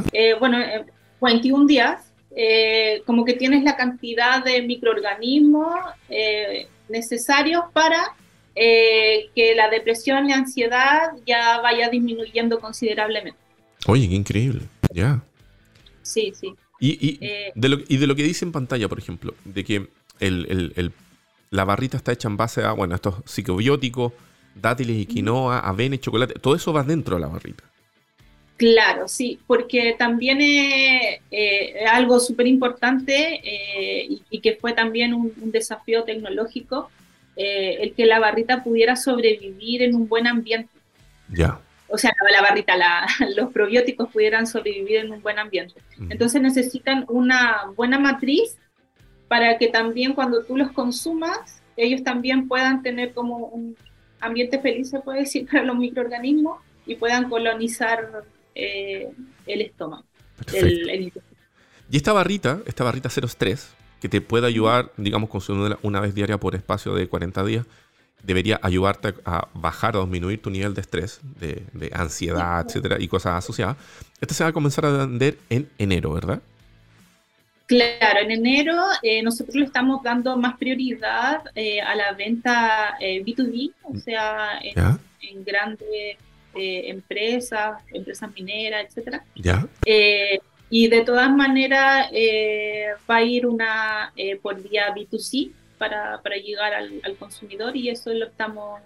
21 días, como que tienes la cantidad de microorganismos necesarios para que la depresión y ansiedad ya vaya disminuyendo considerablemente. Oye, qué increíble. Ya. Sí, sí. De lo que dice en pantalla, por ejemplo, de que la barrita está hecha en base a, bueno, estos psicobióticos, dátiles y quinoa, avena y chocolate, todo eso va dentro de la barrita. Claro, sí, porque también algo súper importante y que fue también un desafío tecnológico, el que la barrita pudiera sobrevivir en un buen ambiente. Ya. O sea, la barrita, los probióticos pudieran sobrevivir en un buen ambiente. Entonces necesitan una buena matriz para que también cuando tú los consumas, ellos también puedan tener como un ambiente feliz, se puede decir, para los microorganismos y puedan colonizar el estómago. Perfecto. Y esta barrita 03, que te puede ayudar, digamos, consumiéndola una vez diaria por espacio de 40 días, debería ayudarte a bajar o disminuir tu nivel de estrés, de ansiedad, etcétera, y cosas asociadas. Esta se va a comenzar a vender en enero, ¿verdad? Claro, en enero nosotros le estamos dando más prioridad a la venta B2B, o sea, en grandes empresas mineras, etcétera. Ya. Y de todas maneras va a ir una por vía B2C para llegar al consumidor y eso lo estamos,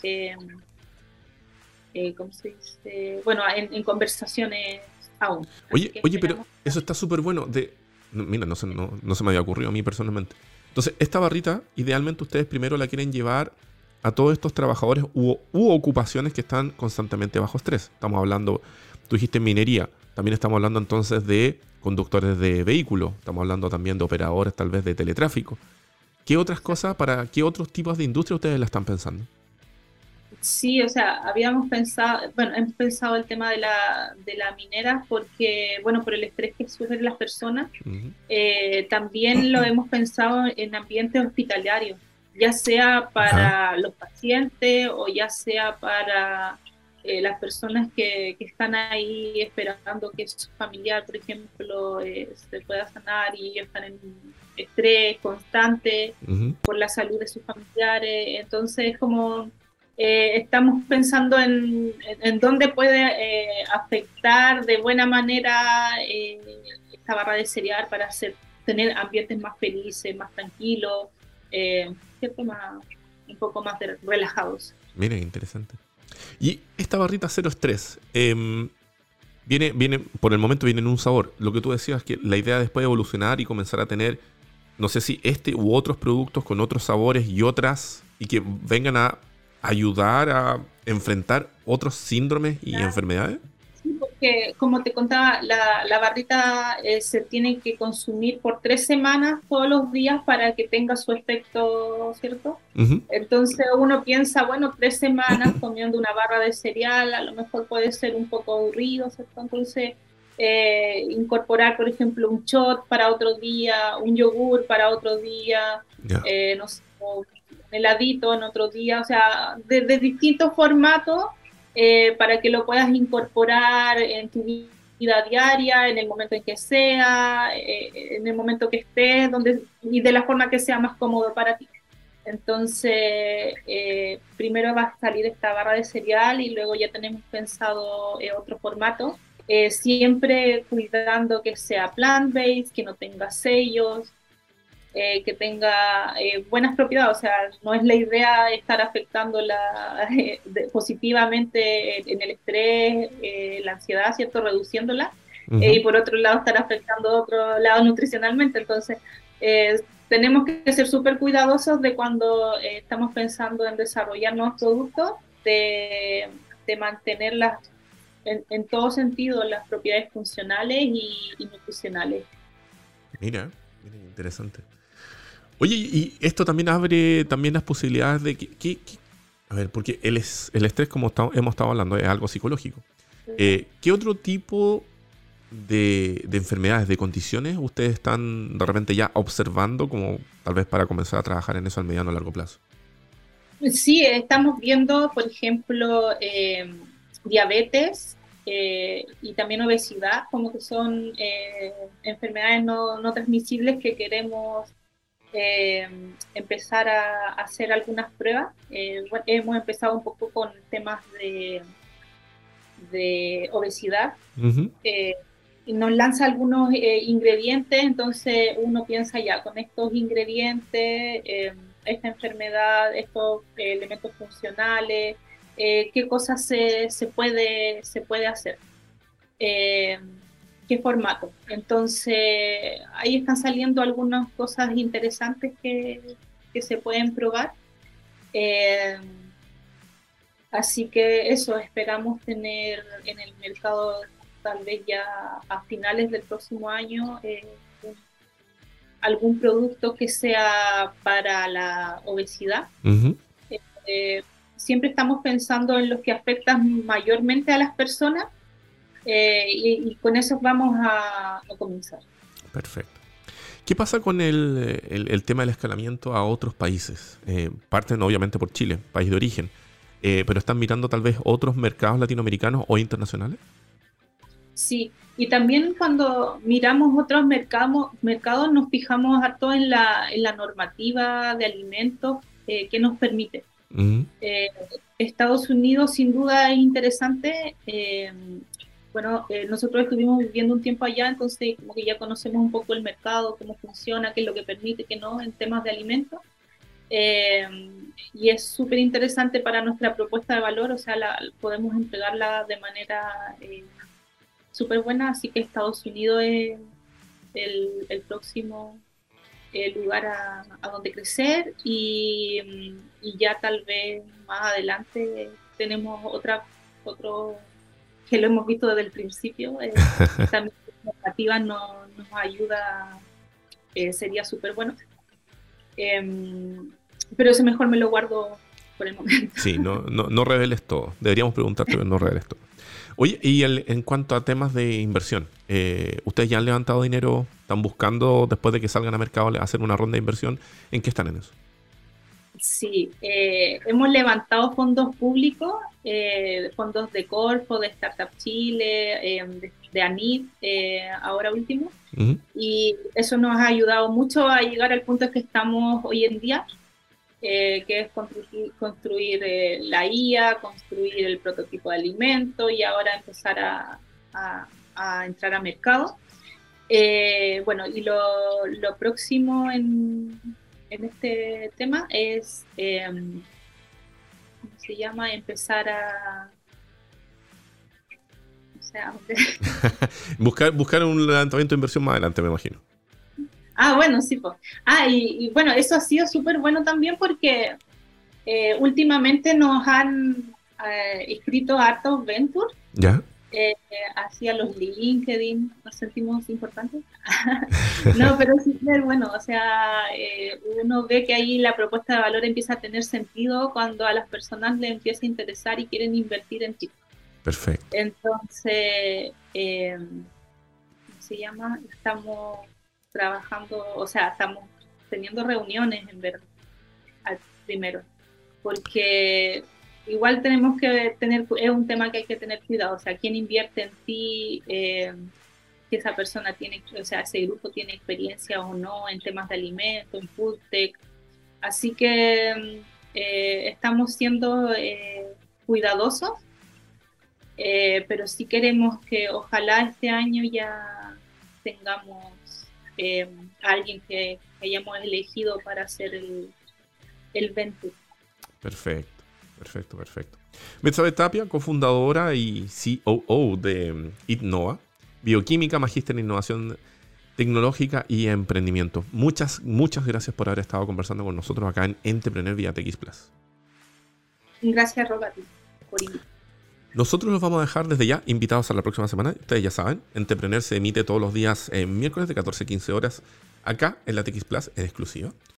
¿cómo se dice? Bueno, en conversaciones aún. Oye, pero eso está súper bueno. Mira, no se me había ocurrido a mí personalmente. Entonces, esta barrita, idealmente ustedes primero la quieren llevar a todos estos trabajadores u ocupaciones que están constantemente bajo estrés. Estamos hablando, tú dijiste minería, también estamos hablando entonces de conductores de vehículos, estamos hablando también de operadores tal vez de teletráfico. ¿Qué otras cosas, para qué otros tipos de industria ustedes la están pensando? Sí, o sea, hemos pensado el tema de la minera porque, bueno, por el estrés que sufren las personas, también lo hemos pensado en ambientes hospitalarios, ya sea para los pacientes o ya sea para las personas que están ahí esperando que su familiar, por ejemplo, se pueda sanar y ellos están en estrés constante por la salud de sus familiares, entonces como estamos pensando en dónde puede afectar de buena manera esta barra de cereal para tener ambientes más felices, más tranquilos, ¿cierto? Un poco más relajados. Mira, interesante. Y esta barrita 03, viene, por el momento viene en un sabor. Lo que tú decías es que la idea después de evolucionar y comenzar a tener, no sé si este u otros productos con otros sabores y que vengan a ayudar a enfrentar otros síndromes y enfermedades. Sí, porque como te contaba, la barrita se tiene que consumir por 3 semanas todos los días para que tenga su efecto, ¿cierto? Entonces uno piensa, bueno, 3 semanas comiendo una barra de cereal, a lo mejor puede ser un poco aburrido, ¿cierto? Entonces incorporar, por ejemplo, un shot para otro día, un yogur para otro día, no sé, un heladito en otro día, o sea, de distintos formatos para que lo puedas incorporar en tu vida diaria, en el momento en que sea, en el momento que estés, y de la forma que sea más cómodo para ti. Entonces, primero va a salir esta barra de cereal y luego ya tenemos pensado otro formato, siempre cuidando que sea plant-based, que no tenga sellos, que tenga buenas propiedades, o sea, no es la idea estar afectándola positivamente en el estrés, la ansiedad, ¿cierto? Reduciéndola, y por otro lado estar afectando a otro lado nutricionalmente, entonces tenemos que ser súper cuidadosos de cuando estamos pensando en desarrollar nuevos productos, de mantenerlas en todo sentido las propiedades funcionales y nutricionales. Mira, interesante. Oye, y esto también abre también las posibilidades de a ver, porque el estrés, como hemos estado hablando, es algo psicológico. ¿Qué otro tipo de enfermedades, de condiciones ustedes están de repente ya observando como tal vez para comenzar a trabajar en eso al mediano o largo plazo? Sí, estamos viendo, por ejemplo, diabetes y también obesidad, como que son enfermedades no transmisibles que queremos empezar a hacer algunas pruebas. Bueno, hemos empezado un poco con temas de obesidad. Y nos lanza algunos ingredientes, entonces uno piensa ya, con estos ingredientes, esta enfermedad, estos elementos funcionales, qué cosas se puede hacer, qué formato. Entonces ahí están saliendo algunas cosas interesantes que se pueden probar. Así que eso, esperamos tener en el mercado tal vez ya a finales del próximo año algún producto que sea para la obesidad. Siempre estamos pensando en los que afectan mayormente a las personas y con eso vamos a comenzar. Perfecto. ¿Qué pasa con el tema del escalamiento a otros países? Parten obviamente por Chile, país de origen, pero ¿están mirando tal vez otros mercados latinoamericanos o internacionales? Sí, y también cuando miramos otros mercados nos fijamos harto en la normativa de alimentos que nos permite. Estados Unidos sin duda es interesante. Nosotros estuvimos viviendo un tiempo allá, entonces como que ya conocemos un poco el mercado, cómo funciona, qué es lo que permite, qué no en temas de alimentos. Y es súper interesante para nuestra propuesta de valor, o sea, podemos entregarla de manera súper buena, así que Estados Unidos es el próximo lugar a donde crecer y ya tal vez más adelante tenemos otro que lo hemos visto desde el principio, también la narrativa nos ayuda, sería súper bueno. Pero eso mejor me lo guardo por el momento. Sí, no reveles todo. Deberíamos preguntarte, pero no reveles todo. Oye, y en cuanto a temas de inversión, ¿ustedes ya han levantado dinero? ¿Están buscando, después de que salgan a mercado, hacer una ronda de inversión? ¿En qué están en eso? Sí, hemos levantado fondos públicos, fondos de Corfo, de Startup Chile, de ANID, ahora último. Y eso nos ha ayudado mucho a llegar al punto en que estamos hoy en día, que es construir la IA, construir el prototipo de alimento y ahora empezar a entrar a mercado. Y lo próximo en este tema es, ¿cómo se llama? Empezar a... O sea, buscar un levantamiento de inversión más adelante, me imagino. Bueno, sí, pues. Y bueno, eso ha sido súper bueno también porque últimamente nos han escrito hartos ventures. ¿Ya? Hacia los LinkedIn, nos sentimos importantes. No, pero sí, bueno, o sea, uno ve que ahí la propuesta de valor empieza a tener sentido cuando a las personas les empieza a interesar y quieren invertir en ti. Perfecto. Entonces, ¿cómo se llama? Estamos trabajando, o sea, estamos teniendo reuniones en verdad, primero, porque igual tenemos que tener, es un tema que hay que tener cuidado, o sea, quién invierte en ti, que esa persona tiene, o sea, ese grupo tiene experiencia o no en temas de alimentos, en food tech, así que estamos siendo cuidadosos, pero sí queremos que ojalá este año ya tengamos a alguien que hayamos elegido para hacer el venture. Perfecto. Betsabe Tapia, cofundadora y COO de Itnova, bioquímica, magíster en innovación tecnológica y emprendimiento. Muchas gracias por haber estado conversando con nosotros acá en Entrepreneur vía TX Plus. Gracias, Roberto, por invitarme. Nosotros los vamos a dejar desde ya invitados a la próxima semana. Ustedes ya saben, Entrepreneur se emite todos los días miércoles de 14 a 15 horas acá en la TX Plus en exclusiva.